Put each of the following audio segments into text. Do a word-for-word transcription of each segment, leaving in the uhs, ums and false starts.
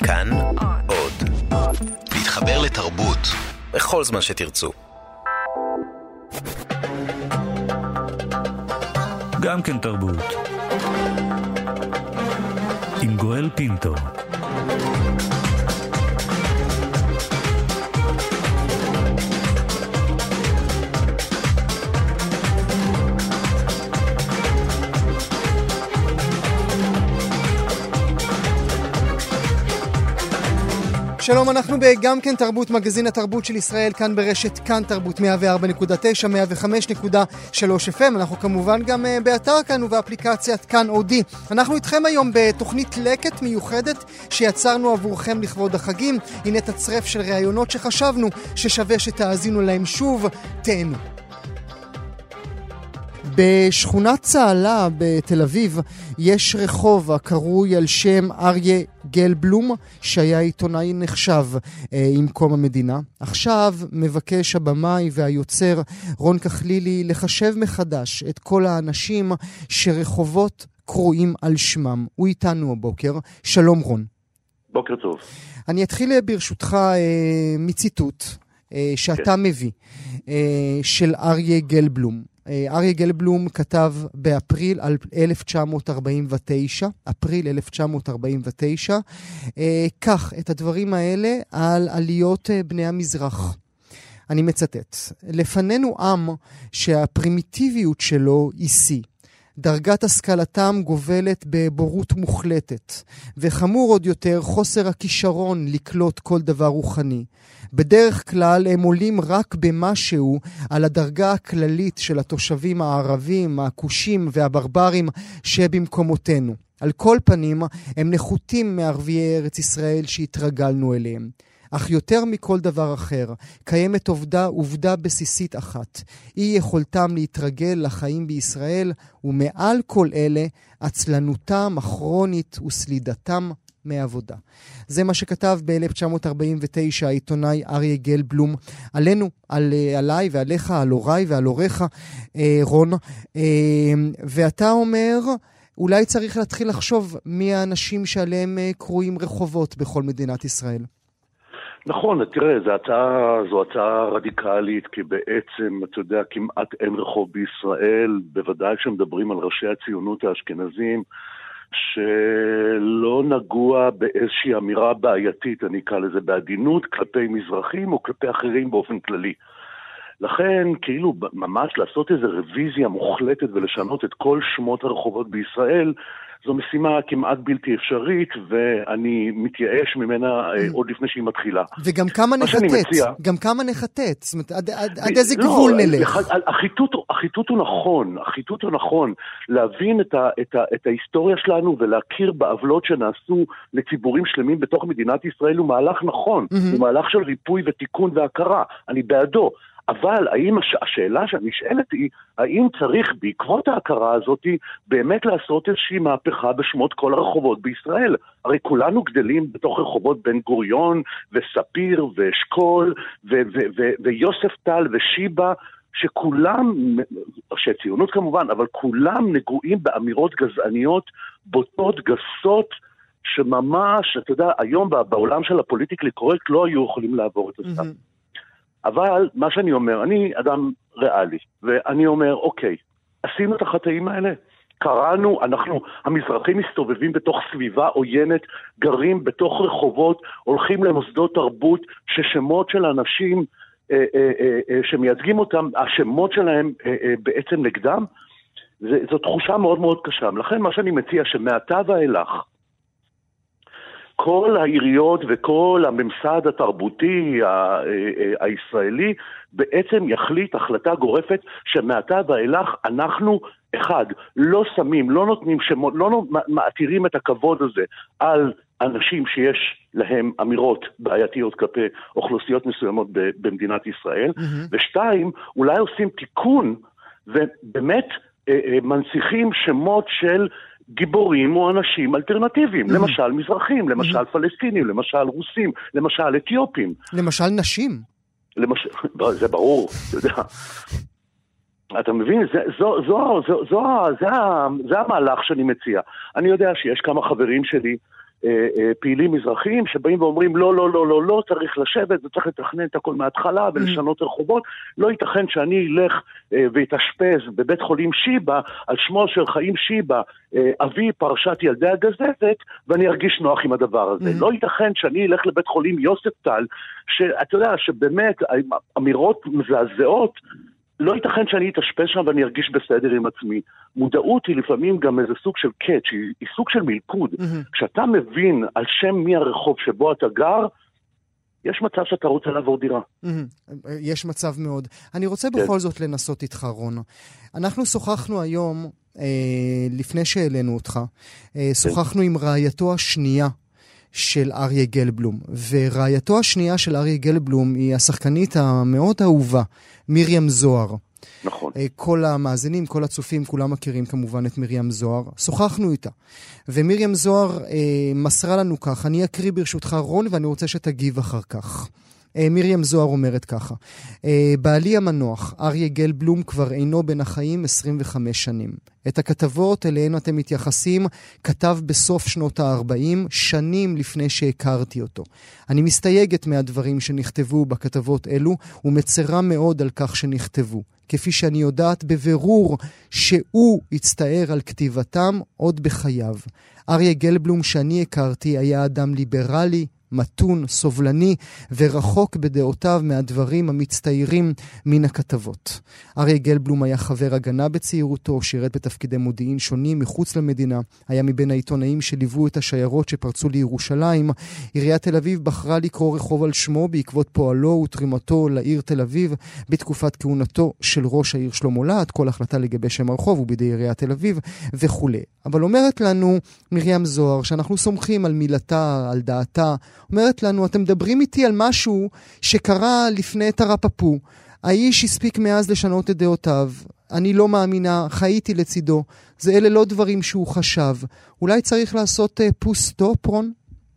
כאן עוד. להתחבר לתרבות בכל זמן שתרצו. גם כן תרבות. עם גואל פינטו. שלום, אנחנו בגם כן תרבות, מגזין התרבות של ישראל, כאן ברשת כאן תרבות מאה וארבע נקודה תשע, מאה וחמש נקודה שלוש אף אם. אנחנו כמובן גם באתר כאן ובאפליקציית כאן אודי. אנחנו איתכם היום בתוכנית לקט מיוחדת שיצרנו עבורכם לכבוד החגים. הנה תצרף של ראיונות שחשבנו ששווה שתאזינו להם שוב. תהנו. בשכונת צהלה בתל אביב יש רחוב הקרוי על שם אריה גלבלום, שהיה עיתונאי נחשב אה, עם קום המדינה. עכשיו מבקש הבמאי והיוצר רון כחלילי לחשב מחדש את כל האנשים שרחובות קרויים על שמם. הוא איתנו הבוקר. שלום רון. בוקר טוב. אני אתחיל ברשותך אה, מציטוט אה, שאתה כן. מביא אה, של אריה גלבלום. אריה גלבלום כתב באפריל אלף תשע מאות ארבעים ותשע, אפריל אלף תשע מאות ארבעים ותשע, כך את הדברים האלה על עליות בני המזרח. אני מצטט: לפנינו עם שהפרימיטיביות שלו היא שיא. דרגת השכלתם גובלת בבורות מוחלטת, וחמור עוד יותר חוסר הכישרון לקלוט כל דבר רוחני. בדרך כלל הם עולים רק במשהו על הדרגה הכללית של התושבים הערבים, הכושים והברברים שבמקומותינו. על כל פנים הם נחותים מערביי ארץ ישראל שהתרגלנו אליהם. אך יותר מכל דבר אחר, קיימת עובדה, עובדה בסיסית אחת. אי יכולתם להתרגל לחיים בישראל, ומעל כל אלה, עצלנותם הכרונית וסלידתם מעבודה. זה מה שכתב ב-אלף תשע מאות ארבעים ותשע העיתונאי אריה גלבלום עלינו, על, עליי ועליך, על הוריי ועל הוריך, אה, רון. אה, ואתה אומר, אולי צריך להתחיל לחשוב מי האנשים שעליהם אה, קרויים רחובות בכל מדינת ישראל. נכון, תראה, זו הצעה, זו הצעה רדיקלית, כי בעצם, אתה יודע, כמעט אין רחוב בישראל, בוודאי שמדברים על ראשי הציונות האשכנזים, שלא נגוע באיזושהי אמירה בעייתית, אני אקרא לזה בעדינות, כלפי מזרחים או כלפי אחרים באופן כללי. לכן, כאילו, ממש לעשות איזו רוויזיה מוחלטת ולשנות את כל שמות הרחובות בישראל, זו משימה כמעט בלתי אפשרית, ואני מתייאש ממנה עוד לפני שהיא מתחילה. וגם כמה נחטט, גם כמה נחטט, זאת אומרת, עד, עד, עד איזה גבול נלך? החיתות, החיתות הוא נכון, החיתות הוא נכון, להבין את, ה, את, ה, את ההיסטוריה שלנו, ולהכיר בעוולות שנעשו לציבורים שלמים בתוך מדינת ישראל, הוא מהלך נכון, הוא מהלך של ריפוי ותיקון והכרה, אני בעדו. אבל האם הש... השאלה שנשאלת היא, האם צריך בעקבות ההכרה הזאת באמת לעשות איזושהי מהפכה בשמות כל הרחובות בישראל? הרי כולנו גדלים בתוך רחובות בן גוריון וספיר ואשכול ו- ו- ו- ויוסף טל ושיבה, שכולם, שציונות כמובן, אבל כולם נגועים באמירות גזעניות, בוטות, גסות, שממש, אתה יודע, היום בעולם של הפוליטיקלי קורקט לא היו יכולים לעבור את הסף. Mm-hmm. אבל מה שאני אומר, אני אדם ריאלי, ואני אומר, אוקיי, עשינו את החטאים האלה, קראנו, אנחנו, המזרחים מסתובבים בתוך סביבה עוינת, גרים בתוך רחובות, הולכים למוסדות תרבות, ששמות של אנשים אה, אה, אה, שמייצגים אותם, השמות שלהם אה, אה, בעצם נגדם, זה, זו תחושה מאוד מאוד קשה. לכן מה שאני מציע, שמעתה ואילך, כל העיריות וכל הממסד התרבותי הישראלי בעצם יחליט החלטה גורפת שמעתה ואילך אנחנו, אחד, לא שמים, לא נותנים שמות, לא מעתירים את הכבוד הזה על אנשים שיש להם אמירות בעייתיות כלפי אוכלוסיות מסוימות במדינת ישראל, mm-hmm. ושתיים, אולי עושים תיקון ובאמת מנציחים שמות של גיבורים או אנשים אלטרנטיביים, mm-hmm. למשל מזרחים, למשל mm-hmm. פלסטינים, למשל רוסים, למשל אתיופים. למשל נשים. למשל, זה ברור, אתה יודע. אתה מבין, זה, זו, זו, זו, זו, זה, זה המהלך שאני מציע. אני יודע שיש כמה חברים שלי פעילים מזרחיים שבאים ואומרים לא, לא, לא, לא, לא, צריך לשבת, זה צריך לתכנן את הכל מההתחלה ולשנות רחובות. לא ייתכן שאני אלך והתאשפז בבית חולים שיבא, על שמו של חיים שיבא, אבי פרשת ילדי הגזזת, ואני ארגיש נוח עם הדבר הזה. לא ייתכן שאני אלך לבית חולים יוסף טל, שאתה יודע שבאמת אמירות מזעזעות, לא ייתכן שאני אתאשפז שם ואני ארגיש בסדר עם עצמי. מודעות היא לפעמים גם איזה סוג של קאץ', היא, היא סוג של מלכוד. Mm-hmm. כשאתה מבין על שם מי הרחוב שבו אתה גר, יש מצב שאתה רוצה לעבור דירה. Mm-hmm. יש מצב מאוד. אני רוצה כן. בכל זאת לנסות איתך, רון. אנחנו שוחחנו היום, אה, לפני שהעלינו אותך, אה, שוחחנו כן. עם רעייתו השנייה, של אריה גלבלום, ורעייתו השנייה של אריה גלבלום היא השחקנית המאוד אהובה, מרים זוהר. נכון. כל המאזינים, כל הצופים, כולם מכירים כמובן את מרים זוהר. שוחחנו איתה. ומרים זוהר אה, מסרה לנו כך, אני אקריא ברשותך רון, ואני רוצה שתגיב אחר כך. מרים זוהר אומרת ככה, בעלי המנוח, אריה גלבלום, כבר אינו בין החיים עשרים וחמש שנים. את הכתבות אליהן אתם מתייחסים כתב בסוף שנות ה-ארבעים, שנים לפני שהכרתי אותו. אני מסתייגת מהדברים שנכתבו בכתבות אלו, ומצרה מאוד על כך שנכתבו. כפי שאני יודעת בבירור שהוא הצטער על כתיבתם עוד בחייו. אריה גלבלום שאני הכרתי היה אדם ליברלי, מתון, סובלני ורחוק בדעותיו מהדברים המצטיירים מן הכתבות. אריה גלבלום היה חבר הגנה בצעירותו, שירת בתפקידי מודיעין שונים מחוץ למדינה, היה מבין העיתונאים שליוו את השיירות שפרצו לירושלים. עיריית תל אביב בחרה לקרוא רחוב על שמו בעקבות פועלו ותרימתו לעיר תל אביב בתקופת כהונתו של ראש העיר שלמה להט. כל החלטה לגבי שם הרחוב הוא בידי עיריית תל אביב וכו'. אבל אומרת לנו מרים זוהר שאנחנו סומכים על מילתה, על דעתה, אומרת לנו, אתם מדברים איתי על משהו שקרה לפני תרפפו. האיש הספיק מאז לשנות את דעותיו. אני לא מאמינה, חייתי לצידו. זה אלה לא דברים שהוא חשב. אולי צריך לעשות uh, פוסט-סטופ, רון?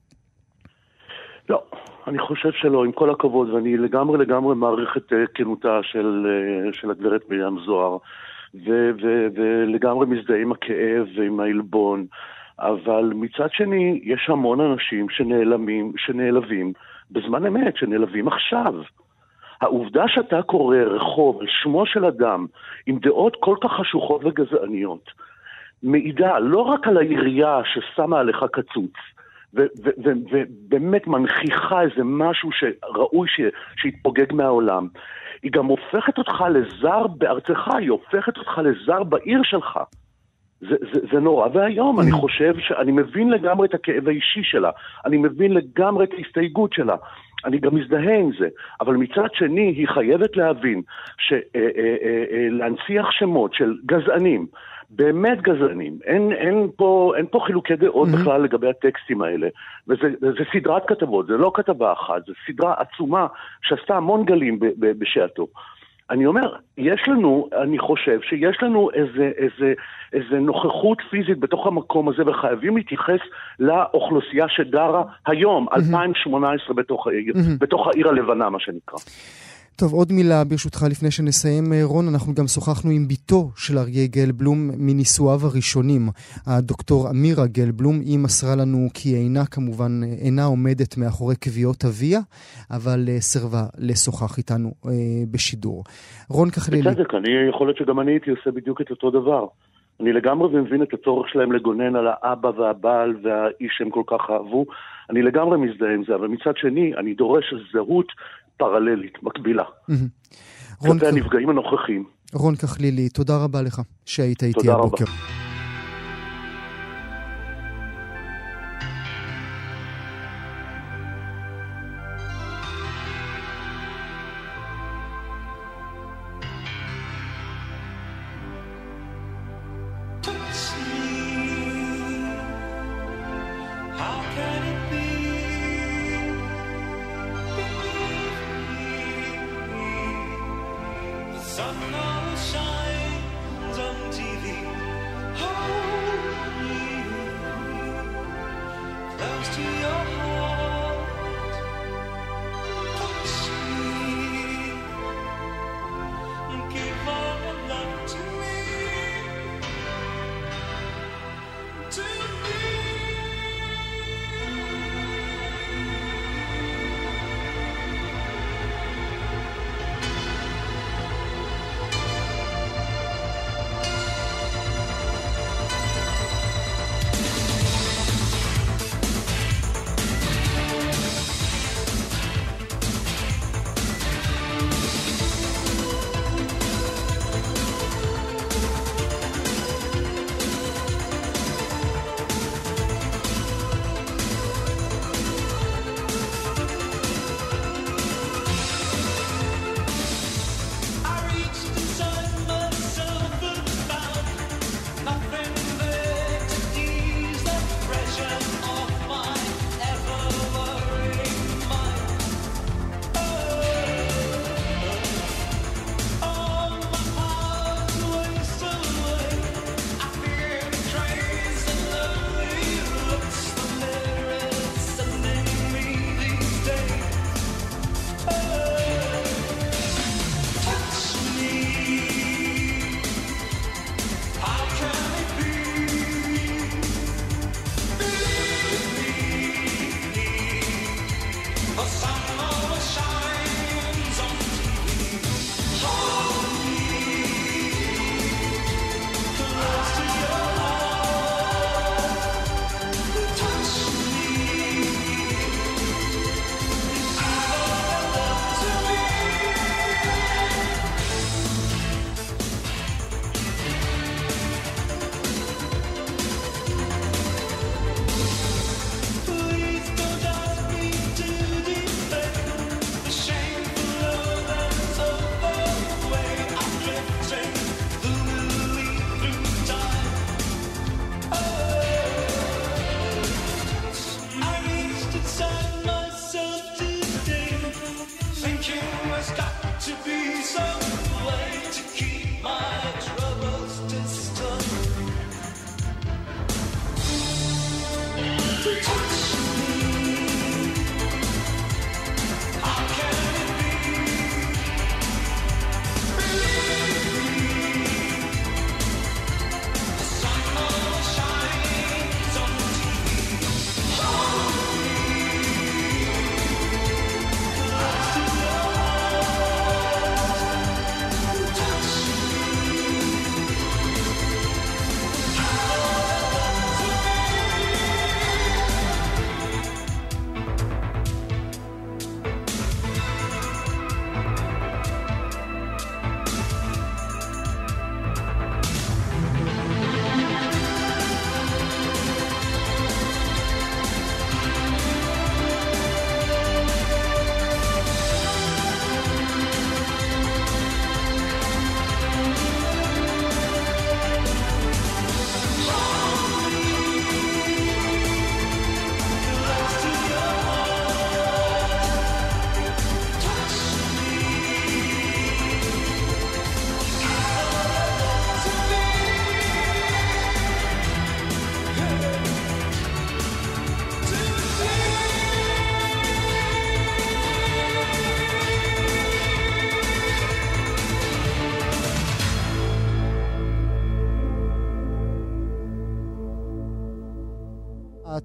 לא, אני חושב שלא, עם כל הכבוד, ואני לגמרי לגמרי מעריך את uh, כנותה של, uh, של הגברת מרים זוהר, ו- ו- ולגמרי מזדהה עם הכאב ועם העלבון. אבל מצד שני, יש המון אנשים שנעלמים, שנעלבים בזמן אמת, שנעלבים עכשיו. העובדה שאתה קורא רחוב על שמו של אדם עם דעות כל כך חשוכות וגזעניות, מעידה לא רק על העירייה ששמה עליך קצוץ, ובאמת מנכיחה איזה משהו שראוי שיתפוגג מהעולם, היא גם הופכת אותך לזר בארצך, היא הופכת אותך לזר בעיר שלך. זה, זה, זה נורא, והיום אני חושב שאני מבין לגמרי את הכאב האישי שלה, אני מבין לגמרי את ההסתייגות שלה, אני גם מזדהה עם זה, אבל מצד שני היא חייבת להבין שלהנציח שמות של גזענים, באמת גזענים, אין, אין, פה, אין פה חילוקי דעות mm-hmm. בכלל לגבי הטקסטים האלה, וזה זה סדרת כתבות, זה לא כתבה אחת, זה סדרה עצומה שעשתה המון גלים ב, ב, בשעתו. אני אומר, יש לנו, אני חושב שיש לנו איזה, איזה, איזה נוכחות פיזית בתוך המקום הזה, וחייבים להתייחס לאוכלוסייה שגרה היום, mm-hmm. אלפיים שמונה עשרה בתוך העיר, mm-hmm. בתוך העיר הלבנה, מה שנקרא. טוב, עוד מילה ברשותך לפני שנסיים, רון, אנחנו גם שוחחנו עם ביתו של אריה גלבלום מנישואיו הראשונים, הדוקטור אמירה גלבלום. היא מסרה לנו כי אינה כמובן, אינה עומדת מאחורי קביעות אביה, אבל סרבה לשוחח איתנו אה, בשידור. רון כחלילי. בצדק, אני יכול להיות שגם אני הייתי עושה בדיוק את אותו דבר. אני לגמרי מבין את הצורך שלהם לגונן על האבא והבעל והאיש שהם כל כך אהבו. אני לגמרי מזדהה עם זה, אבל מצד שני, אני דורש זהות פרללית, מקבילה. כלפי הנפגעים הנוכחים. רון כחלילי, תודה רבה לך שהיית איתי הבוקר.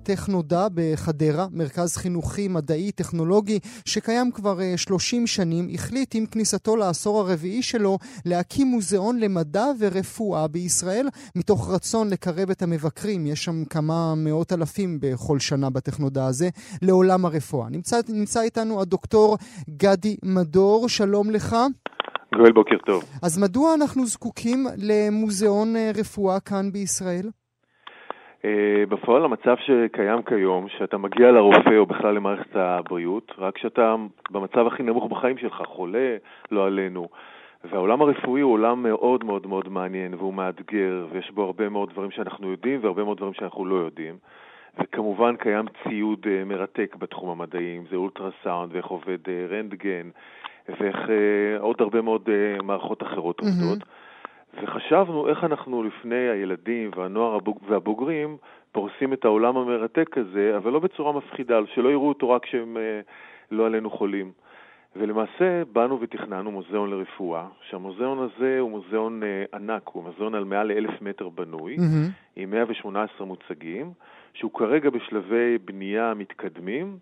טכנודע בחדרה, מרכז חינוכי, מדעי, טכנולוגי, שקיים כבר שלושים שנים, החליט עם כניסתו לעשור הרביעי שלו להקים מוזיאון למדע ורפואה בישראל, מתוך רצון לקרב את המבקרים, יש שם כמה מאות אלפים בכל שנה בטכנודע הזה, לעולם הרפואה. נמצא, נמצא איתנו הדוקטור גדי מדור, שלום לך. גואל, בוקר טוב. אז מדוע אנחנו זקוקים למוזיאון רפואה כאן בישראל? בפועל המצב שקיים כיום, שאתה מגיע לרופא או בכלל למערכת הבריאות, רק שאתה במצב הכי נמוך בחיים שלך, חולה, לא עלינו. והעולם הרפואי הוא עולם מאוד מאוד מאוד מעניין, והוא מאתגר, ויש בו הרבה מאוד דברים שאנחנו יודעים, והרבה מאוד דברים שאנחנו לא יודעים. וכמובן קיים ציוד מרתק בתחום המדעיים, זה אולטרסאונד, ואיך עובד רנטגן, ואיך עוד הרבה מאוד מערכות אחרות עובדות. Mm-hmm. וחשבנו איך אנחנו לפני הילדים והנוער והבוגרים פורסים את העולם המרתק הזה, אבל לא בצורה מפחידה, שלא יראו אותו רק שהם לא עלינו חולים. ולמעשה באנו ותכננו מוזיאון לרפואה, שהמוזיאון הזה הוא מוזיאון ענק, הוא מוזיאון על מעל לאלף מטר בנוי, mm-hmm. עם מאה ושמונה עשרה מוצגים, שהוא כרגע בשלבי בנייה מתקדמים,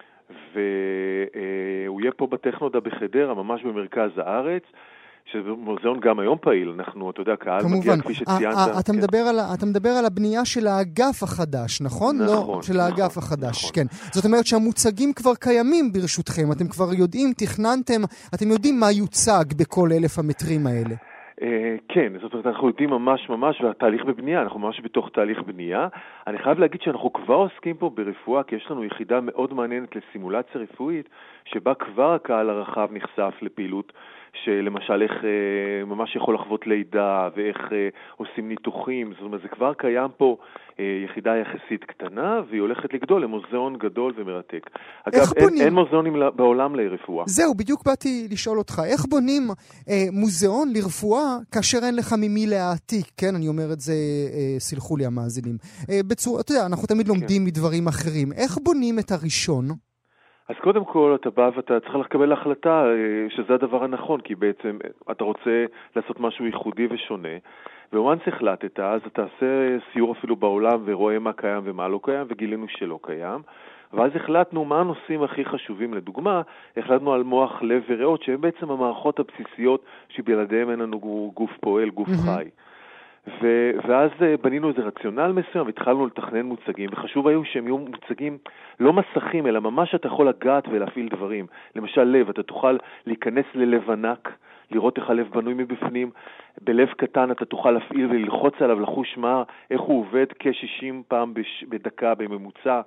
והוא יהיה פה בטכנודע בחדרה, ממש במרכז הארץ, שזה מוזיאון גם היום פעיל, אנחנו, אתה יודע, קהל מגיע כפי שציינת. אתה מדבר על, אתה מדבר על הבנייה של האגף החדש, נכון? נכון. לא, של האגף החדש, כן. זאת אומרת שהמוצגים כבר קיימים ברשותכם, אתם כבר יודעים, תכננתם, אתם יודעים מה יוצג בכל אלף המטרים האלה. כן, זאת אומרת, אנחנו יודעים ממש ממש, והתהליך בבנייה, אנחנו ממש בתוך תהליך בנייה. אני חייב להגיד שאנחנו כבר עוסקים פה ברפואה, כי יש לנו יחידה מאוד מעניינת לסימולציה רפואית, שבה כבר הקהל הרחב נחשף לפעילות, שלמשל איך אה, ממש יכול לחוות לידה, ואיך אה, עושים ניתוחים, זאת אומרת, זה כבר קיים פה אה, יחידה יחסית קטנה, והיא הולכת לגדול למוזיאון גדול ומרתק. אגב, אין, אין מוזיאונים בעולם לרפואה. זהו, בדיוק באתי לשאול אותך, איך בונים אה, מוזיאון לרפואה, כאשר אין לך ממי להעתיק, כן, אני אומר את זה, אה, סלחו לי המאזינים. אה, בצורה, אתה יודע, אנחנו תמיד לומדים כן. מדברים אחרים. איך בונים את הראשון? אז קודם כל אתה בא ואתה צריך לקבל החלטה שזה הדבר הנכון, כי בעצם אתה רוצה לעשות משהו ייחודי ושונה, ואומנס החלטת, אז אתה עושה סיור אפילו בעולם ורואה מה קיים ומה לא קיים, וגילינו שלא קיים, ואז החלטנו מה הנושאים הכי חשובים. לדוגמה, החלטנו על מוח, לב וריאות, שהם בעצם המערכות הבסיסיות שבלעדיהם אין לנו גוף פועל, גוף חי. ו- ואז בנינו איזה רציונל מסוים, והתחלנו לתכנן מוצגים, וחשוב היו שהם יהיו מוצגים לא מסכים, אלא ממש אתה יכול לגעת ולהפעיל דברים. למשל לב, אתה תוכל להיכנס ללב ענק, לראות איך הלב בנוי מבפנים, בלב קטן אתה תוכל להפעיל וללחוץ עליו, לחוש מה, איך הוא עובד כ-שישים פעם בש- בדקה בממוצע.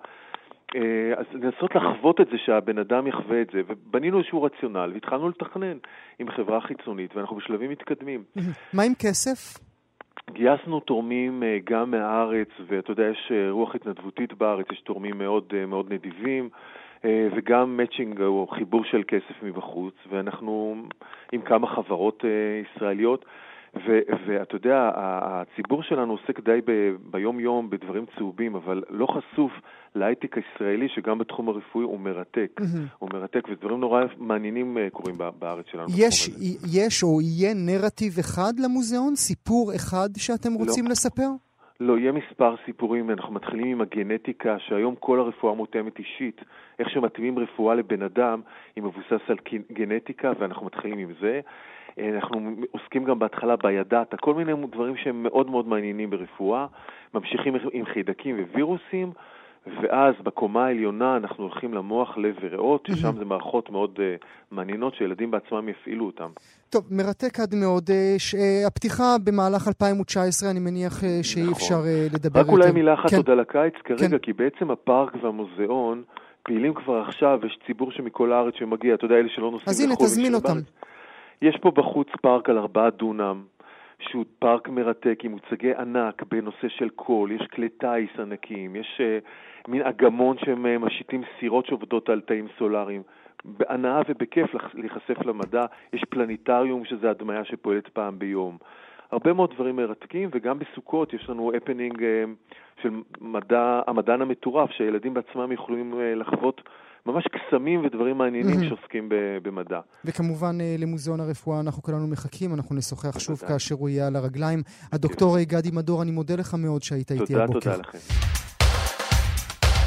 אז לנסות לחוות את זה שהבן אדם יחווה את זה, ובנינו איזשהו רציונל, והתחלנו לתכנן עם חברה חיצונית, ואנחנו בשלבים מתקדמים. מה עם כסף? גייסנו תורמים גם מהארץ, ואתה יודע, יש רוח התנדבותית בארץ, יש תורמים מאוד, מאוד נדיבים, וגם מאצ'ינג או חיבור של כסף מבחוץ, ואנחנו עם כמה חברות ישראליות, ו- ואתה יודע, הציבור שלנו עוסק די ב- ביום יום בדברים צהובים, אבל לא חשוף להייטק הישראלי, שגם בתחום הרפואי הוא מרתק. Mm-hmm. הוא מרתק, ודברים נורא מעניינים קורים בארץ שלנו. יש, יש או יהיה נרטיב אחד למוזיאון? סיפור אחד שאתם רוצים לא. לספר? לא, יהיה מספר סיפורים. אנחנו מתחילים עם הגנטיקה, שהיום כל הרפואה מותאמת אישית. איך שמתאימים רפואה לבן אדם, היא מבוסס על גנטיקה, ואנחנו מתחילים עם זה. אנחנו עוסקים גם בהתחלה בידעת, כל מיני דברים שהם מאוד מאוד מעניינים ברפואה, ממשיכים עם חידקים ווירוסים, ואז בקומה העליונה אנחנו הולכים למוח, לב וריאות, ששם זה מערכות מאוד uh, מעניינות שילדים בעצמם יפעילו אותם. טוב, מרתק עד מאוד. ש... הפתיחה במהלך אלפיים תשע עשרה, אני מניח שאי נכון. אפשר uh, לדבר רק יותר. רק אולי מילה אחת כן. עוד על הקיץ כרגע, כן. כי בעצם הפארק והמוזיאון פעילים כבר עכשיו, יש ציבור שמכל הארץ שמגיע, אתה יודע, אלה שלא נוסעים אז הנה, תזמין אותם. בארץ. יש פה בחוץ פארק על ארבעה דונם, שהוא פארק מרתק עם מוצגי ענק בנושא של קול, יש כלי טייס ענקים, יש uh, מין אגמון שהם משיתים סירות שעובדות על תאים סולאריים, בהנאה ובכיף להיחשף למדע, יש פלניטריום שזה הדמיה שפועלת פעם ביום. הרבה מאוד דברים מרתקים, וגם בסוכות יש לנו הפנינג uh, של מדע, המדען המטורף, שהילדים בעצמם יכולים uh, לחוות ממש קסמים ודברים מעניינים mm-hmm. שעוסקים במדע. וכמובן למוזיאון הרפואה אנחנו כולנו מחכים, אנחנו נשוחח שוב כאשר הוא יהיה על הרגליים. הדוקטור גדי מדור, אני מודה לך מאוד שהיית איתי הבוקר. תודה, תודה לכם.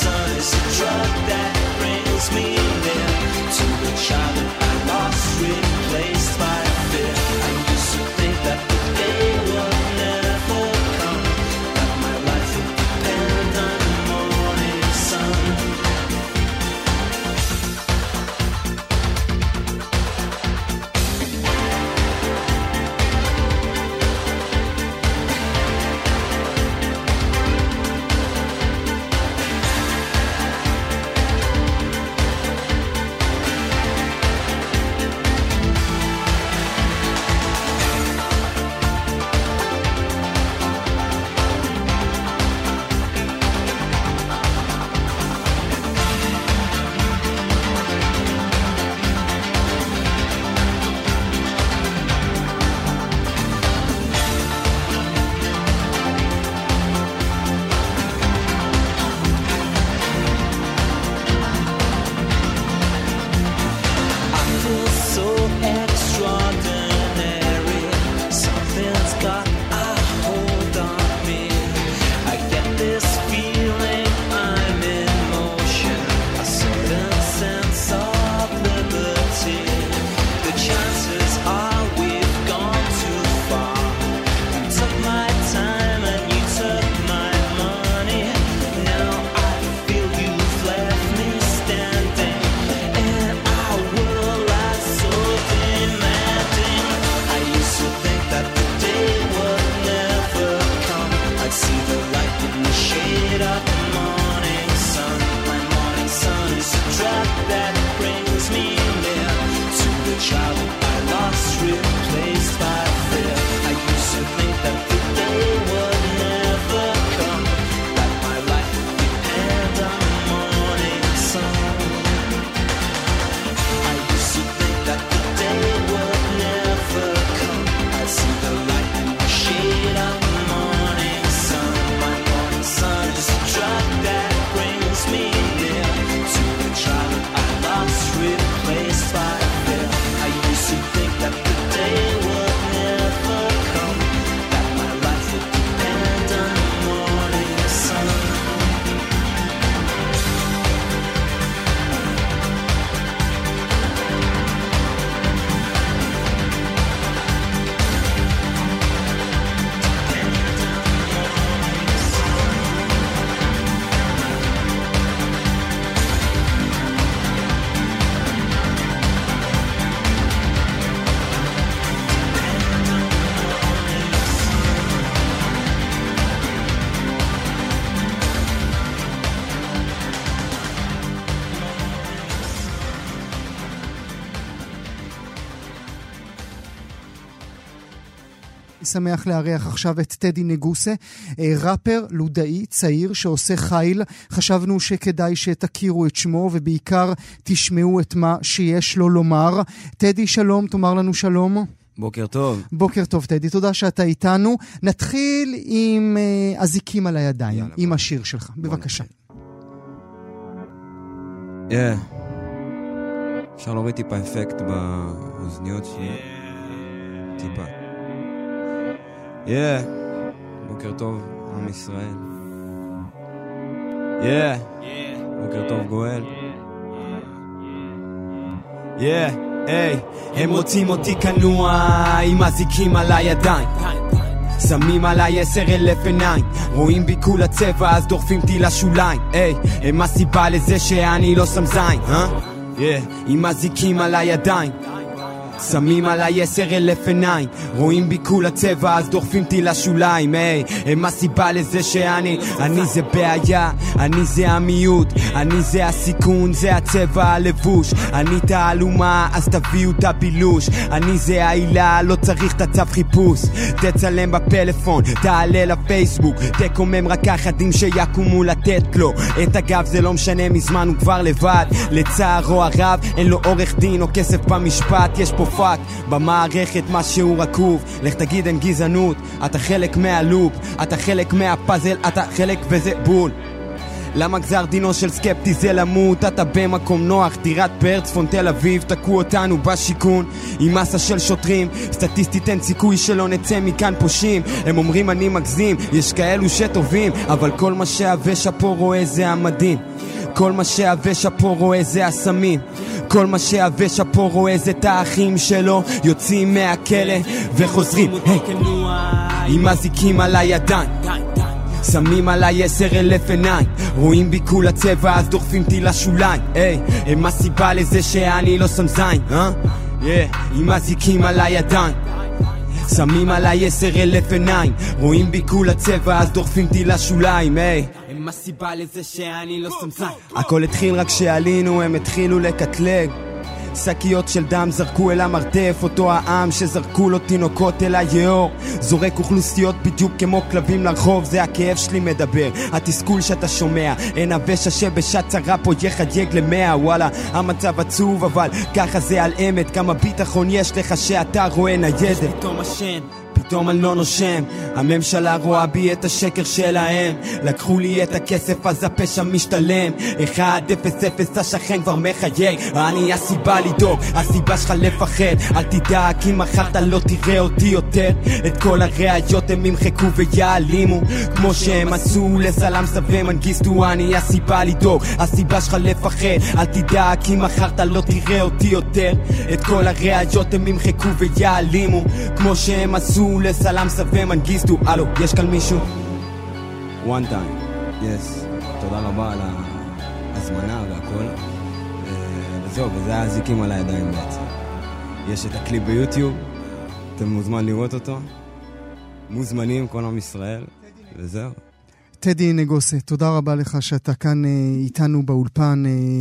sun is a drug that brings me near to the child that I lost, replaced by fear. I used to think that the day would never come, that my life would depend on the morning sun. שמח לארח עכשיו את טדי נגוסה, ראפר לודאי צעיר שעושה חיל. חשבנו שכדאי שתכירו את שמו ובעיקר תשמעו את מה שיש לו לומר. טדי, שלום, תאמר לנו שלום. בוקר טוב. בוקר טוב, טדי, תודה שאתה איתנו. נתחיל עם uh, אזיקים על הידיים, יאללה, עם בוא. השיר שלך, בבקשה. כן. Yeah. אפשר להוריד טיפה אפקט באוזניות שלי. Yeah. טיפה. יא, yeah. בוקר טוב, עם ישראל. יא, yeah. yeah. בוקר טוב, גואל. יא, היי, הם רוצים אותי כנוע עם אזיקים על הידיים, שמים עליי עשר אלף עיניים, רואים בי כול הצבע אז דוחפים אותי לשוליים. היי, הם הסיבה לזה שאני לא שם זין, אה? יא, עם אזיקים על הידיים, שמים עליי עשר אלף עיניים, רואים בי כול הצבע אז דוחפים אותי לשוליים. היי, הם הסיבה לזה שאני אני זה בעיה, אני זה המיעוט, אני זה הסיכון, זה הצבע הלבוש, אני תעלומה אז תביאו את הבילוש, אני זה העילה, לא צריך את הצו חיפוש, תצלם בפלאפון, תעלה לפייסבוק, תקומם רק אחדים שיקומו לתת לו את הגב, זה לא משנה מזמן הוא כבר לבד, לצערו הרב אין לו עורך דין או כסף במשפט, יש פה פאק במערכת משהו רקוב, לך תגיד אין גזענות, אתה חלק מהלופ, אתה חלק מהפאזל, אתה חלק וזה בול. למה גזר דינו של סקפטי זה למות? אתה במקום נוח, דירת פאר, צפון תל אביב, תקעו אותנו בשיכון עם מסה של שוטרים, סטטיסטית אין סיכוי שלא נצא מכאן פושעים. הם אומרים אני מגזים, יש כאלו שטובים, אבל כל מה שהוושע פה רואה זה המדהים, כל מה שהוושע פה רואה זה הסמים, כל מה שהוושע פה רואה זה את האחים שלו יוצאים מהכלא וחוזרים עם מזיקים על הידיים, שמים עליי עשר אלף עיניים, רואים בי כולה צבע אז דוחפים אותי לשוליים. היי, הם הסיבה לזה שאני לא שם זין, אה? Yeah, עם מזיקים על הידיים, שמים עליי עשר אלף עיניים, רואים בי כולה צבע אז דוחפים אותי לשוליים. היי, הם הסיבה לזה שאני לא שם זין. הכל התחיל רק שעלינו, הם התחילו לקטלג, שקיות של דם זרקו אל המרתף, אותו העם שזרקו לו תינוקות אל היאור, זורק אוכלוסיות בדיוק כמו כלבים לרחוב. זה הכאב שלי מדבר, התסכול שאתה שומע, אין הוושע שבשעת צרה פה יחייג למאה. וואלה המצב עצוב אבל ככה זה על אמת, כמה ביטחון יש לך שאתה רואה ניידת, פתאום השן פתאום אני לא נושם, הממשלה רואה בי את השקר שלהם, לקחו לי את הכסף אז הפשע משתלם, אחד אפס אפס השכן כבר מחייג, אני הסיבה לדאוג, הסיבה שלך לפחד, אל תדאג כי מחר אתה לא תראה אותי יותר, את כל הראיות הם ימחקו ויעלימו, כמו שהם עשו לסלאם סבא מנגיסטו. אני הסיבה לדאוג, הסיבה שלך לפחד, אל תדאג כי מחר אתה לא תראה אותי יותר, את כל הראיות הם ימחקו ויעלימו, כמו שהם עשו לסלאם סבא מנגיסטו. אלו, יש כאן מישהו? one time, yes. תודה רבה על ההזמנה והכל. וזהו, וזה היה זיקים על הידיים בעצם. יש את הקליפ ביוטיוב, אתם מוזמן לראות אותו. מוזמנים, כל עם ישראל, וזהו. טדי נגוסה, תודה רבה לך שאתה כאן איתנו באולפן.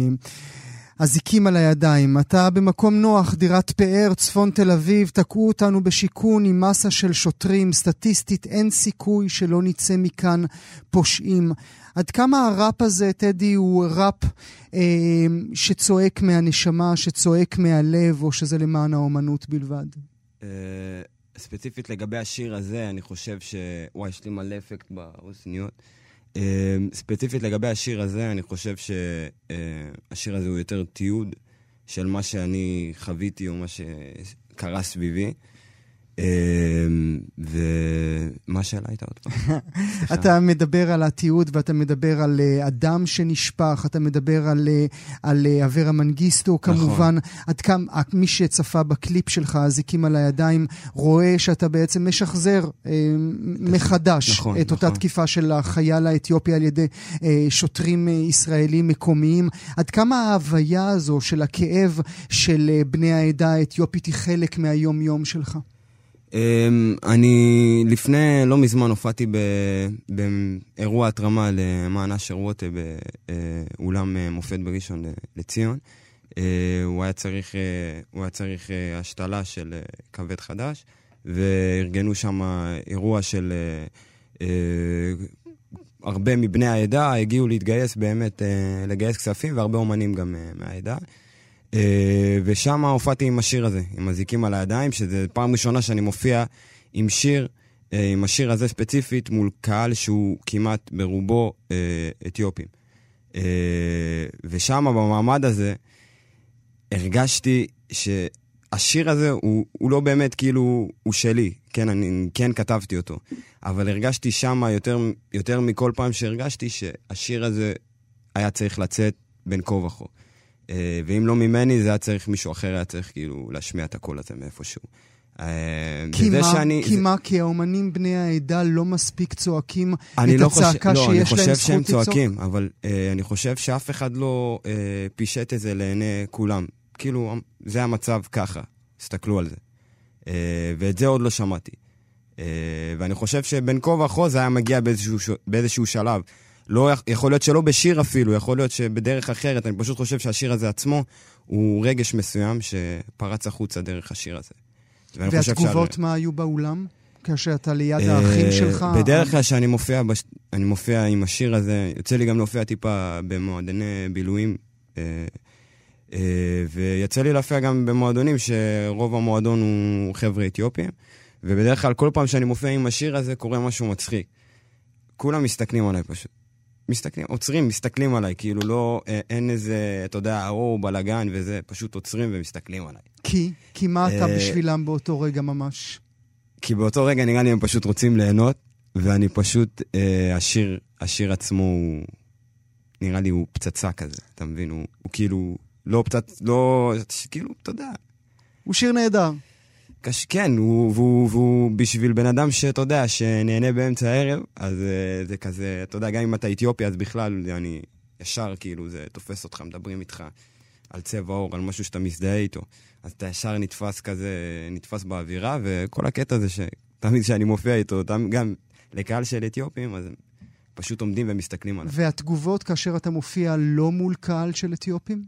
הזיקים על הידיים, אתה במקום נוח, דירת פאר, צפון תל אביב, תקעו אותנו בשיקון עם מסה של שוטרים, סטטיסטית אין סיכוי שלא נצא מכאן פושעים. עד כמה הראפ הזה, טדי, הוא ראפ אה, שצועק מהנשמה, שצועק מהלב, או שזה למען האומנות בלבד? אה, ספציפית לגבי השיר הזה, אני חושב ש... וואי, יש לי מלא אפקט באוזניות. ספציפית לגבי השיר הזה, אני חושב שהשיר הזה הוא יותר תיעוד של מה שאני חוויתי או מה שקרה סביבי. ומה השאלה הייתה עוד פעם? אתה מדבר על התיעוד ואתה מדבר על אדם שנשפח, אתה מדבר על אברה מנגיסטו כמובן. עד כמה מי שצפה בקליפ שלך, הזיקים על הידיים, רואה שאתה בעצם משחזר מחדש את אותה תקיפה של החייל האתיופי על ידי שוטרים ישראלים מקומיים. עד כמה ההוויה הזו של הכאב של בני העדה האתיופית היא חלק מהיום יום שלך? אני לפני לא מזמן הופעתי באירוע התרמה למען אשר ווטה באולם מופת בראשון לציון. הוא היה צריך, הוא היה צריך השתלה של כבד חדש, וארגנו שם אירוע של הרבה מבני העדה, הגיעו להתגייס באמת, לגייס כספים, והרבה אומנים גם מהעדה. ושם הופעתי עם השיר הזה, עם הזיקים על הידיים, שזה פעם ראשונה שאני מופיע עם שיר, עם השיר הזה ספציפית, מול קהל שהוא כמעט ברובו אתיופים. ושם במעמד הזה הרגשתי שהשיר הזה הוא, הוא לא באמת כאילו הוא שלי, כן, אני כן כתבתי אותו, אבל הרגשתי שם יותר, יותר מכל פעם שהרגשתי שהשיר הזה היה צריך לצאת בין כה וכה. ואם לא ממני, זה היה צריך מישהו אחר, היה צריך כאילו להשמיע את הקול הזה מאיפשהו. כי מה, שאני... כי מה, כי האומנים בני העדה לא מספיק צועקים את לא הצעקה חושב, שיש לא, להם זכות לצעוק? אני חושב שהם צועקים, אבל uh, אני חושב שאף אחד לא uh, פישט את זה לעיני כולם. כאילו, זה המצב ככה, הסתכלו על זה. Uh, ואת זה עוד לא שמעתי. Uh, ואני חושב שבין כה וכה זה היה מגיע באיזשהו, באיזשהו שלב. לא, יכול להיות שלא בשיר אפילו, יכול להיות שבדרך אחרת. אני פשוט חושב שהשיר הזה עצמו הוא רגש מסוים שפרץ החוצה דרך השיר הזה. והתגובות מה היו באולם? כאשר אתה ליד האחים שלך? בדרך כלל שאני מופיע, אני מופיע עם השיר הזה, יוצא לי גם להופיע טיפה במועדני בילויים, ויצא לי להופיע גם במועדונים שרוב המועדון הוא חבר'ה אתיופים, ובדרך כלל כל פעם שאני מופיע עם השיר הזה קורה משהו מצחיק. כולם מסתכלים עליי פשוט. מסתכלים, עוצרים, מסתכלים עליי, כאילו לא, אין איזה, אתה יודע, או בלגן וזה, פשוט עוצרים ומסתכלים עליי. כי? כי מה אתה בשבילם באותו רגע ממש? כי באותו רגע נראה לי הם פשוט רוצים ליהנות, ואני פשוט, אה, השיר, השיר עצמו הוא, נראה לי הוא פצצה כזה, אתה מבין? הוא, הוא כאילו, לא פצצ... לא, כאילו, אתה יודע. הוא שיר נהדר. קש... כן, הוא, והוא, והוא בשביל בן אדם שאתה יודע, שנהנה באמצע הערב, אז uh, זה כזה, אתה יודע, גם אם אתה אתיופי, אז בכלל, אני ישר, כאילו, זה תופס אותך, מדברים איתך על צבע אור, על משהו שאתה מזדהה איתו. אז אתה ישר נתפס כזה, נתפס באווירה, וכל הקטע זה שתמיד שאני מופיע איתו, גם לקהל של אתיופים, אז הם פשוט עומדים ומסתכלים עליו. והתגובות כאשר אתה מופיע לא מול קהל של אתיופים?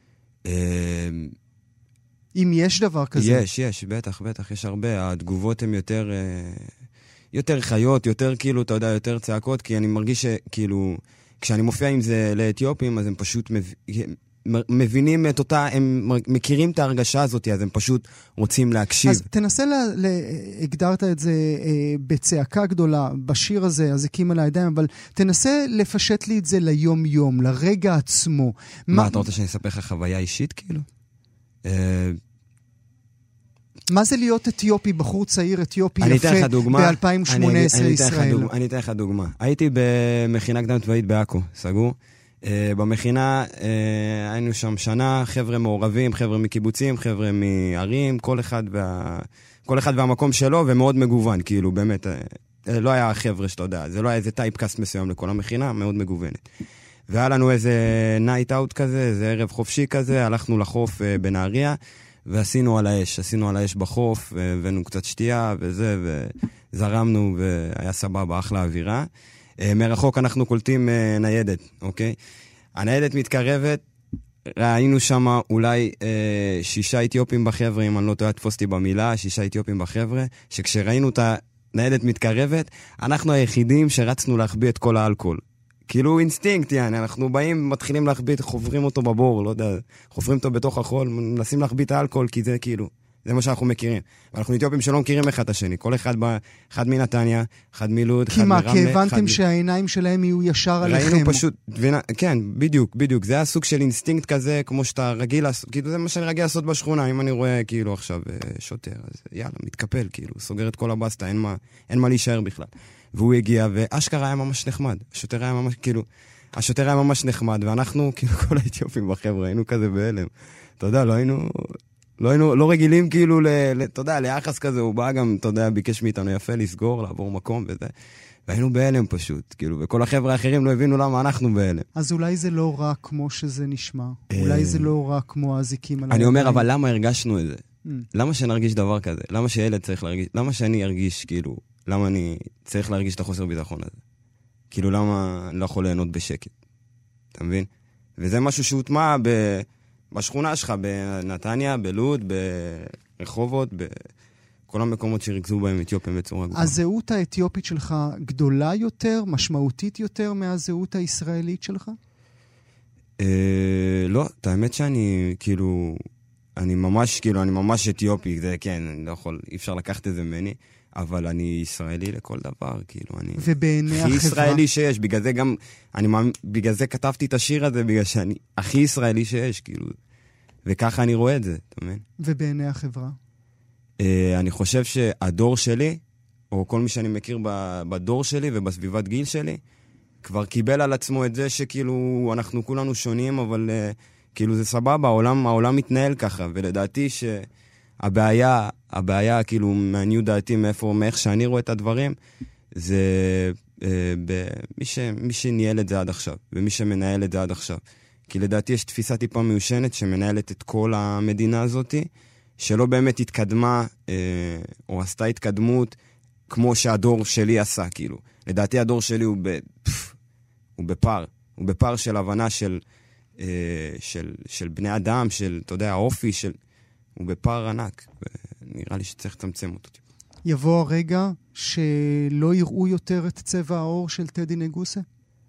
אם יש דבר כזה. יש, יש, בטח, בטח, יש הרבה. התגובות הן יותר, יותר חיות, יותר כאילו, אתה יודע, יותר צעקות, כי אני מרגיש שכאילו, כשאני מופיע עם זה לאתיופים, אז הם פשוט מבינים את אותה, הם מכירים את ההרגשה הזאת, אז הם פשוט רוצים להקשיב. אז תנסה, הגדרת את זה בצעקה גדולה, בשיר הזה, אז הקים על הידיים, אבל תנסה לפשט לי את זה ליום יום, לרגע עצמו. מה, אתה רוצה שאני אספר לך חוויה אישית, כאילו? מה זה להיות אתיופי, בחור צעיר אתיופי יפה ב-אלפיים ושמונה עשרה ישראל? אני אתן לך דוגמה. הייתי במכינה קדם צבאית בעכו, סגור. במכינה היינו שם שנה, חבר'ה מעורבים, חבר'ה מקיבוצים, חבר'ה מערים, כל אחד וה... כל אחד והמקום שלו, ומאוד מגוון, כאילו, באמת, לא היה חבר'ה שאתה יודע, זה לא היה איזה טייפקאסט מסוים לכל המכינה, מאוד מגוונת. והיה לנו איזה נייט אאוט כזה, איזה ערב חופשי כזה, הלכנו לחוף בנהריה, ועשינו על האש, עשינו על האש בחוף, והבאנו קצת שתייה וזה, וזרמנו, והיה סבבה, אחלה אווירה. מרחוק אנחנו קולטים ניידת, אוקיי? הניידת מתקרבת, ראינו שם אולי אה, שישה אתיופים בחבר'ה, אם אני לא טועה, תפוסתי במילה, שישה אתיופים בחבר'ה, שכשראינו את הניידת מתקרבת, אנחנו היחידים שרצנו להחביא את כל האלכוהול. כאילו אינסטינקט, יעני, אנחנו באים, מתחילים להחביא, חוברים אותו בבור, לא יודע, חופרים אותו בתוך החול, מנסים להחביא את האלכוהול, כי זה כאילו, זה מה שאנחנו מכירים. ואנחנו אתיופים שלא מכירים אחד את השני, כל אחד בא, אחד מנתניה, אחד מלוד, אחד מרמלה. כי מה, כי הבנתם שהעיניים שלהם יהיו ישר עליכם. ראינו פשוט, כן, בדיוק, בדיוק, זה היה סוג של אינסטינקט כזה, כמו שאתה רגיל לעשות, כאילו זה מה שאני רגיל לעשות בשכונה, אם אני רואה כאילו עכשיו שוטר, אז יאללה, מתקפל, כאילו, סוגר את כל הבסטה, אין מה, אין מה להישאר בכלל. והוא הגיע, ואשכרה היה ממש נחמד. השוטר היה ממש, כאילו, השוטר היה ממש נחמד, ואנחנו, כאילו, כל האתיופים בחבר'ה, היינו כזה בהלם. אתה יודע, לא היינו, לא היינו, לא רגילים, כאילו, ל, אתה יודע, ליחס כזה, הוא בא גם, אתה יודע, ביקש מאיתנו יפה לסגור, לעבור מקום וזה. והיינו בהלם פשוט, כאילו, וכל החבר'ה האחרים לא הבינו למה אנחנו בהלם. אז אולי זה לא רע כמו שזה נשמע. אולי זה לא רע כמו הזיקים על הידיים. אני אומר, אבל למה הרגשנו את זה? למה שנרגיש דבר כזה? למה שילד צריך להרגיש? למה שאני ארגיש, כאילו, למה אני צריך להרגיש את החוסר ביטחון הזה? כאילו, למה אני לא יכול ליהנות בשקט? אתה מבין? וזה משהו שהוטמע ב... בשכונה שלך, בנתניה, בלוד, ברחובות, בכל המקומות שריכזו בהם אתיופים בצורה גדולה. הזהות האתיופית שלך גדולה יותר, משמעותית יותר מהזהות הישראלית שלך? אה, לא, את האמת שאני, כאילו, אני ממש, כאילו, אני ממש אתיופי, זה כן, אני לא יכול, אי אפשר לקחת את זה ממני, אבל אני ישראלי לכל דבר, כאילו, אני... ובעיני החברה... הכי ישראלי שיש, בגלל זה גם, אני, בגלל זה כתבתי את השיר הזה, בגלל שאני הכי ישראלי שיש, כאילו, וככה אני רואה את זה, אתה מבין? ובעיני החברה? Uh, אני חושב שהדור שלי, או כל מי שאני מכיר בדור שלי ובסביבת גיל שלי, כבר קיבל על עצמו את זה שכאילו, אנחנו כולנו שונים, אבל uh, כאילו זה סבבה, העולם, העולם מתנהל ככה, ולדעתי ש... הבעיה, הבעיה, כאילו, מעניות דעתי מאיפה, מאיך שאני רואה את הדברים, זה אה, במי ש, מי שניהל את זה עד עכשיו, ומי שמנהל את זה עד עכשיו. כי לדעתי יש תפיסה טיפה מיושנת שמנהלת את כל המדינה הזאת, שלא באמת התקדמה, אה, או עשתה התקדמות, כמו שהדור שלי עשה, כאילו. לדעתי הדור שלי הוא, ב, פף, הוא בפר, הוא בפר של הבנה של, אה, של, של בני אדם, של, אתה יודע, האופי של... הוא בפער ענק, ונראה לי שצריך לצמצם אותו. יבוא הרגע שלא יראו יותר את צבע האור של טדי נגוסה?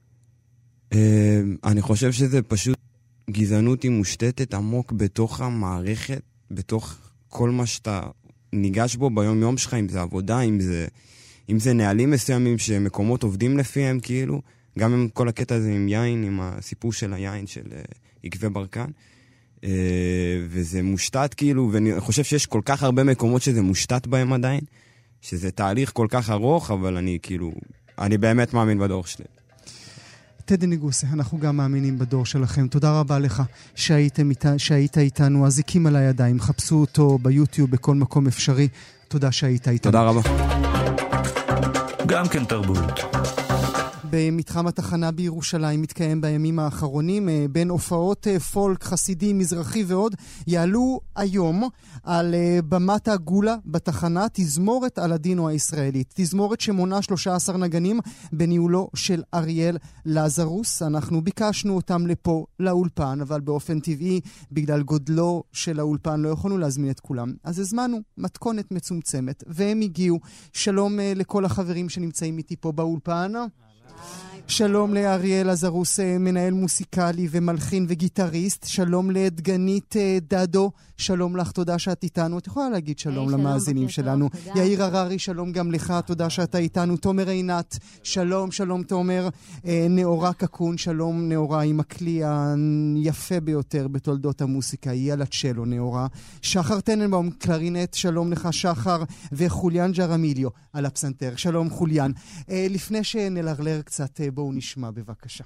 אני חושב שזה פשוט גזענות היא מושתתת עמוק בתוך המערכת, בתוך כל מה שאתה ניגש בו ביום יום שלך, אם זה עבודה, אם זה, אם זה נהלים מסוימים שמקומות עובדים לפיהם, כאילו, גם עם כל הקטע הזה עם יין, עם הסיפור של היין של עקבי ברקן. וזה מושתת כאילו, ואני חושב שיש כל כך הרבה מקומות שזה מושתת בהם עדיין, שזה תהליך כל כך ארוך, אבל אני כאילו, אני באמת מאמין בדור שלי. טדי ניגוסה, אנחנו גם מאמינים בדור שלכם. תודה רבה לך שהייתם איתה, שהיית איתנו. הזיקים על הידיים, חפשו אותו ביוטיוב בכל מקום אפשרי. תודה שהיית איתנו. תודה רבה. גם כן תרבות. במתחם התחנה בירושלים מתקיים בימים האחרונים בין הופעות פולק, חסידי, מזרחי ועוד, יעלו היום על במת הגולה בתחנה תזמורת הלדינו הישראלית. תזמורת שמונה שלושה עשר נגנים בניהולו של אריאל לזרוס. אנחנו ביקשנו אותם לפה לאולפן, אבל באופן טבעי בגלל גודלו של האולפן לא יכולנו להזמין את כולם. אז הזמנו מתכונת מצומצמת והם הגיעו. שלום לכל החברים שנמצאים איתי פה באולפן. שלום לאריאל לזרוס, מנהל מוסיקלי ומלחין וגיטריסט. שלום לדגנית דדו, שלום לך, תודה שאת איתנו. את יכולה להגיד שלום למאזינים שלנו. יאיר הררי, שלום גם לך, תודה שאתה איתנו. תומר עינת, שלום, שלום תומר. נאורה קקון, שלום נאורה, עם הכלי היפה ביותר בתולדות המוסיקה, היא על הצ'לו נאורה. שחר טננבאום, קלרינט, שלום לך שחר. וחוליאן ג'רמיליו על הפסנתר, שלום חוליאן. לפני שנלרלר קצת, בואו נשמע בבקשה.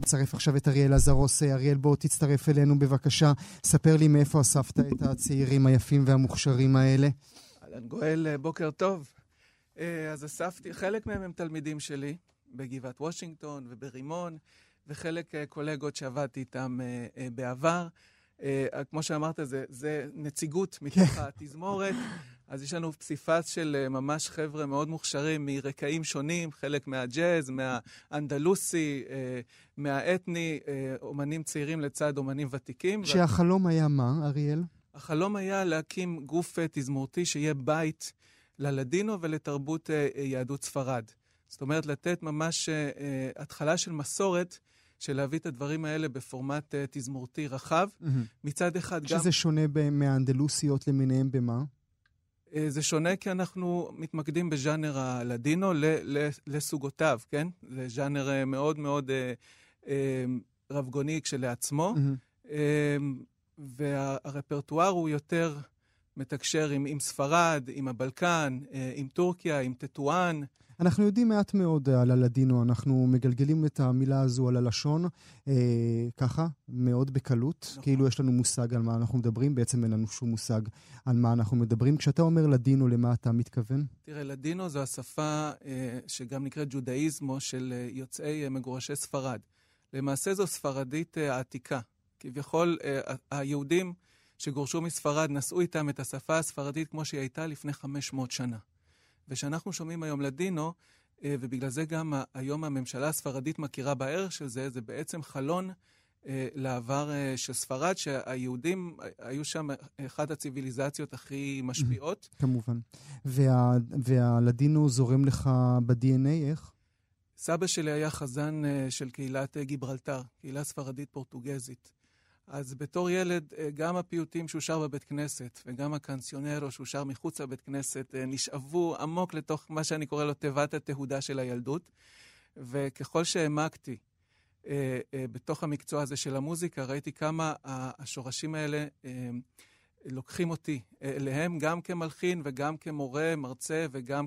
נצרף עכשיו את אריאל עזרוס. אריאל, בוא תצטרף אלינו בבקשה. ספר לי מאיפה אספת את הצעירים היפים והמוכשרים האלה. אהלן גואל, בוקר טוב. אז אספתי, חלק מהם הם תלמידים שלי, בגבעת וושינגטון וברימון, וחלק קולגות שעבדתי איתם בעבר. כמו שאמרת, זה, זה נציגות מתוך התזמורת. אז יש לנו פסיפס של ממש חבר'ה מאוד מוכשרים מרקעים שונים, חלק מהג'אז, מהאנדלוסי, מהאתני, אומנים צעירים לצד אומנים ותיקים. שהחלום היה מה, אריאל? החלום היה להקים גוף תזמורתי שיהיה בית ללדינו ולתרבות יהדות ספרד. זאת אומרת, לתת ממש התחלה של מסורת, של להביא את הדברים האלה בפורמט תזמורתי רחב. מצד אחד גם... שזה שונה מהאנדלוסיות למיניהם במה? זה שונה כי אנחנו מתמקדים בז'אנר הלדינו לסוגותיו, כן? זה ז'אנר מאוד מאוד רבגוני כשלעצמו, והרפרטואר הוא יותר מתקשר עם, עם ספרד, עם הבלקן, עם טורקיה, עם טטואן. אנחנו יודעים מעט מאוד על הלדינו, אנחנו מגלגלים את המילה הזו על הלשון, אה, ככה, מאוד בקלות, נכון. כאילו יש לנו מושג על מה אנחנו מדברים, בעצם אין לנו שום מושג על מה אנחנו מדברים. כשאתה אומר לדינו, למה אתה מתכוון? תראה, לדינו זו השפה אה, שגם נקראת ג'ודאיזמו של אה, יוצאי אה, מגורשי ספרד. למעשה זו ספרדית אה, העתיקה. כביכול, אה, היהודים שגורשו מספרד נשאו איתם את השפה הספרדית כמו שהיא הייתה לפני חמש מאות שנה. ושאנחנו שומעים היום לדינו, ובגלל זה גם היום הממשלה הספרדית מכירה בערך של זה, זה בעצם חלון לעבר של ספרד, שהיהודים היו שם אחת הציביליזציות הכי משפיעות. כמובן. וה, והלדינו זורם לך ב-די אן איי, איך? סבא שלי היה חזן של קהילת גיברלטר, קהילה ספרדית פורטוגזית. אז בתור ילד, גם הפיוטים שהוא שר בבית כנסת, וגם הקנסיונרו שהוא שר מחוץ לבית כנסת, נשאבו עמוק לתוך מה שאני קורא לו תיבת התהודה של הילדות. וככל שהעמקתי אה, אה, בתוך המקצוע הזה של המוזיקה, ראיתי כמה השורשים האלה אה, לוקחים אותי אליהם, גם כמלחין וגם כמורה, מרצה, וגם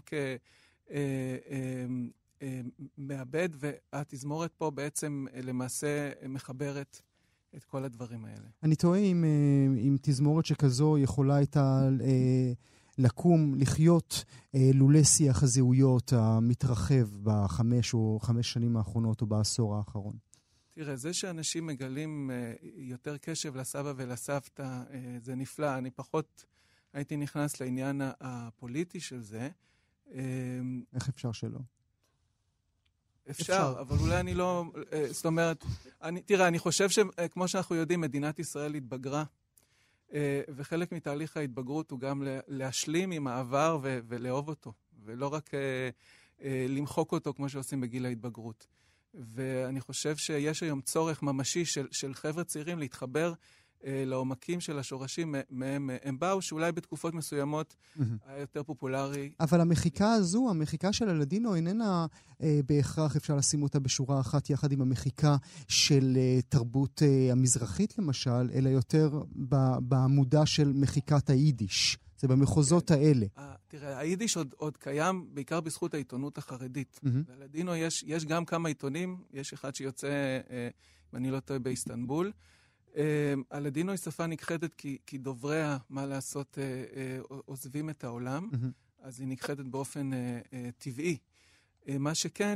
כמעבד, והתזמורת פה בעצם למעשה מחברת את כל הדברים האלה. אני טועה אם, אם תזמורת שכזו יכולה הייתה אה, לקום, לחיות אה, לולא שיח הזהויות המתרחב בחמש או חמש שנים האחרונות או בעשור האחרון. תראה, זה שאנשים מגלים אה, יותר קשב לסבא ולסבתא, אה, זה נפלא. אני פחות הייתי נכנס לעניין הפוליטי של זה. אה, איך אפשר שלא? אפשר, אפשר, אבל אולי אני לא... זאת אומרת, אני, תראה, אני חושב שכמו שאנחנו יודעים, מדינת ישראל התבגרה, וחלק מתהליך ההתבגרות הוא גם להשלים עם העבר ו- ולאהוב אותו, ולא רק למחוק אותו כמו שעושים בגיל ההתבגרות. ואני חושב שיש היום צורך ממשי של, של חבר'ה צעירים להתחבר לעומקים של השורשים מהם הם באו, שאולי בתקופות מסוימות היה יותר פופולרי. אבל המחיקה הזו, המחיקה של הלדינו, איננה אה, בהכרח אפשר לשים אותה בשורה אחת יחד עם המחיקה של אה, תרבות אה, המזרחית למשל, אלא יותר בעמודה של מחיקת היידיש. זה במחוזות האלה. תראה, היידיש עוד, עוד קיים בעיקר בזכות העיתונות החרדית. ללדינו יש, יש גם כמה עיתונים, יש אחד שיוצא, אם אני לא טועה, באיסטנבול. הלדינו היא שפה נכחדת כי, כי דובריה, מה לעשות, עוזבים את העולם, אז היא נכחדת באופן טבעי. מה שכן,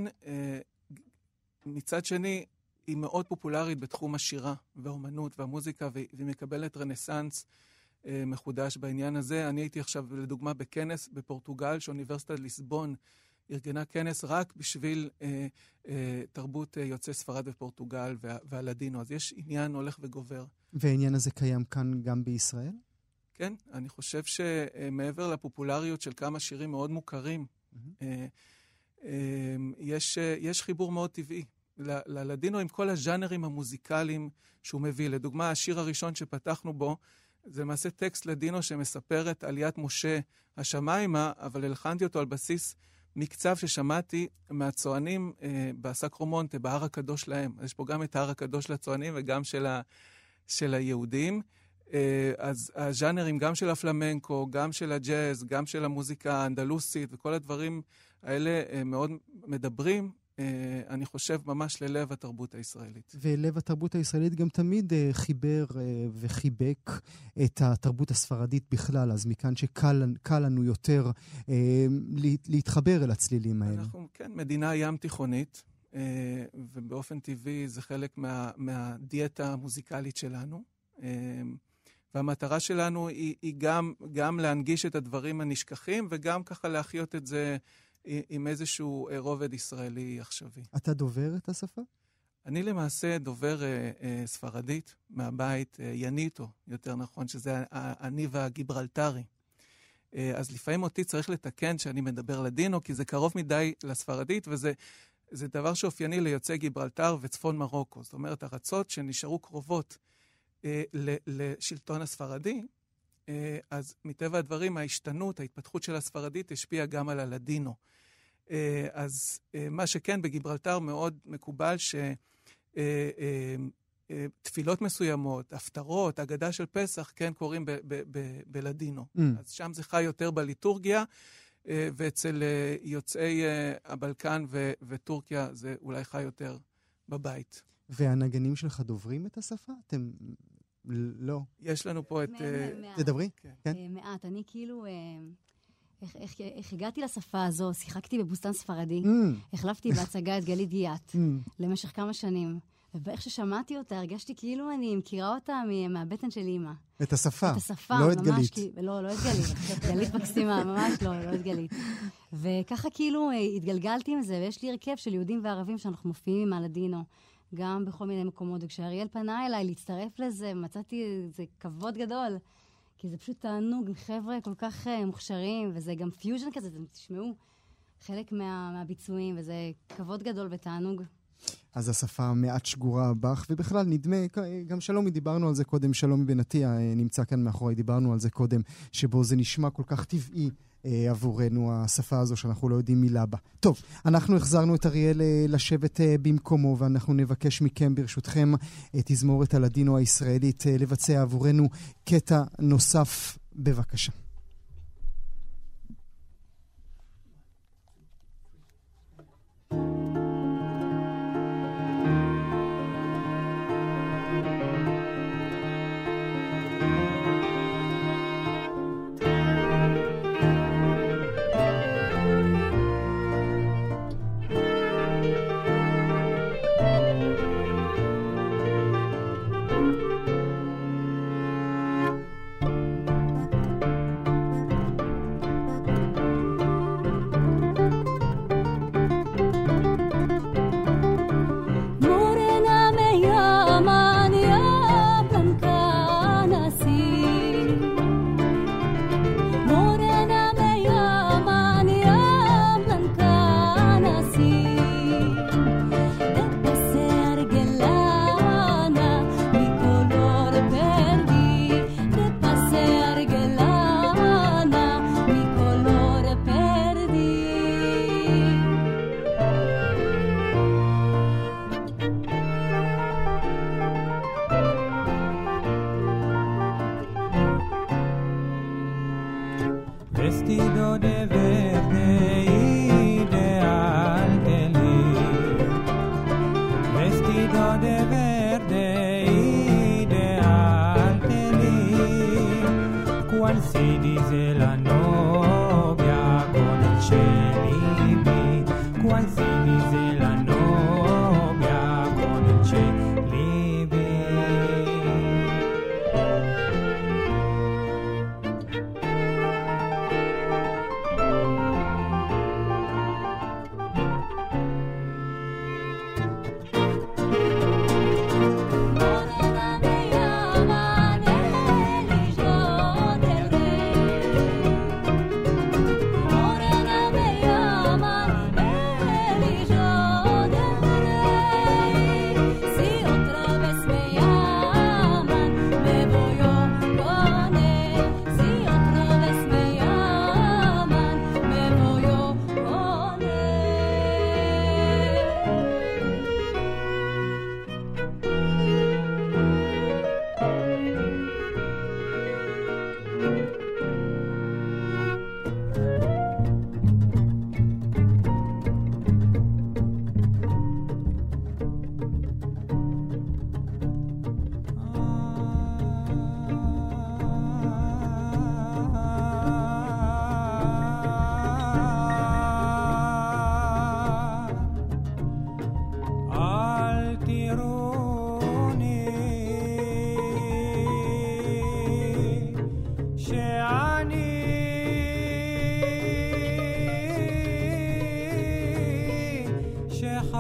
מצד שני, היא מאוד פופולרית בתחום השירה והאומנות והמוזיקה, והיא מקבלת רנסנס מחודש בעניין הזה. אני הייתי עכשיו, לדוגמה, בכנס בפורטוגל, שאוניברסיטת ליסבון ארגנה כנס רק בשביל אה, אה, תרבות אה, יוצאי ספרד ופורטוגל וה, והלדינו. אז יש עניין הולך וגובר. והעניין הזה קיים כאן גם בישראל? כן, אני חושב שמעבר לפופולריות של כמה שירים מאוד מוכרים, mm-hmm. אה, אה, יש, אה, יש חיבור מאוד טבעי. ללדינו עם כל הז'אנרים המוזיקליים שהוא מביא. לדוגמה, השיר הראשון שפתחנו בו, זה למעשה טקסט לדינו שמספר את עליית משה השמיימה, אבל הלחנתי אותו על בסיס מקצב ששמעתי מהצוענים אה, בסקרומונטה, בהר הקדוש להם. יש פה גם את ההר הקדוש לצוענים וגם של, ה, של היהודים. אה, אז הז'אנרים גם של הפלמנקו, גם של הג'אז, גם של המוזיקה האנדלוסית, וכל הדברים האלה אה, מאוד מדברים אני חושב, ממש ללב התרבות הישראלית. ולב התרבות הישראלית גם תמיד חיבר וחיבק את התרבות הספרדית בכלל, אז מכאן שקל לנו יותר להתחבר אל הצלילים האלה. אנחנו, כן, מדינה ים תיכונית, ובאופן טבעי זה חלק מה, מהדיאטה המוזיקלית שלנו. והמטרה שלנו היא, היא גם, גם להנגיש את הדברים הנשכחים, וגם ככה להחיות את זה עם איזשהו רובד ישראלי עכשווי. אתה דובר את השפה? אני למעשה דובר אה, אה, ספרדית מהבית, אה, יניטו, יותר נכון, שזה הניב הגיברלטרי. אה, אז לפעמים אותי צריך לתקן שאני מדבר לדינו, כי זה קרוב מדי לספרדית, וזה זה דבר שאופייני ליוצאי גיברלטר וצפון מרוקו. זאת אומרת, ארצות שנשארו קרובות אה, לשלטון הספרדי, אז מטבע הדברים, ההשתנות, ההתפתחות של הספרדית השפיעה גם על הלדינו. אז מה שכן, בגיברלטר מאוד מקובל שתפילות מסוימות, הפטרות, אגדה של פסח, כן, קוראים בלדינו. Mm. אז שם זה חי יותר בליטורגיה, ואצל יוצאי הבלקן וטורקיה זה אולי חי יותר בבית. והנגנים שלך דוברים את השפה? אתם... לא. יש לנו פה את... תדברי? כן. מעט. אני כאילו... איך הגעתי לשפה הזו, שיחקתי בבוסטן ספרדי, החלפתי בהצגה את גלית גיאת למשך כמה שנים, ואיך ששמעתי אותה, הרגשתי כאילו אני מכירה אותה מהבטן של אימא. את השפה, את השפה, לא את גלית. לא, לא את גלית. גלית מקסימה, ממש לא, לא את גלית. וככה כאילו התגלגלתי עם זה, ויש לי הרכב של יהודים וערבים שאנחנו מופיעים עם הלדינו. גם בכל מיני מקומות, וכשאריאל פנה אליי להצטרף לזה, מצאתי איזה כבוד גדול, כי זה פשוט תענוג, חבר'ה כל כך uh, מוכשרים, וזה גם פיוז'ן כזה, אתם תשמעו חלק מה, מהביצועים, וזה כבוד גדול ותענוג. אז השפה מעט שגורה בך, ובכלל נדמה, גם שלומי, דיברנו על זה קודם, שלומי בנתיה נמצא כאן מאחורי, דיברנו על זה קודם, שבו זה נשמע כל כך טבעי, עבורנו השפה הזו שאנחנו לא יודעים מילה בה. טוב, אנחנו החזרנו את אריאל לשבת במקומו, ואנחנו נבקש מכם ברשותכם תזמורת הלדינו הישראלית לבצע עבורנו קטע נוסף, בבקשה.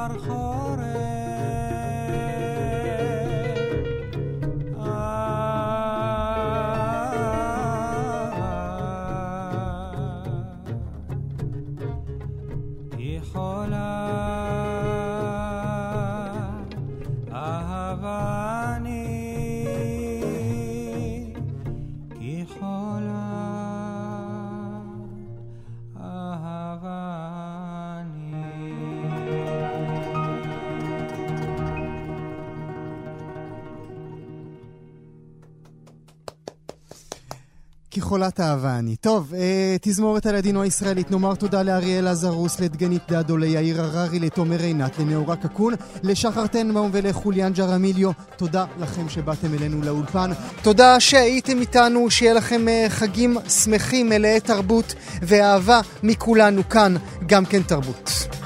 כחולת אהבה אני. טוב, אה, תזמורת הלדינו הישראלית, נאמר תודה לאריאל עזרוס, לדגנית דדו, ליאיר הררי, לתומר עינת, לנאורה קקון, לשחר טנבאום ולחוליאן ג'רמיליו. תודה לכם שבאתם אלינו לאולפן. תודה שהייתם איתנו, שיהיה לכם אה, חגים שמחים, מלאי תרבות ואהבה מכולנו כאן, גם כן תרבות.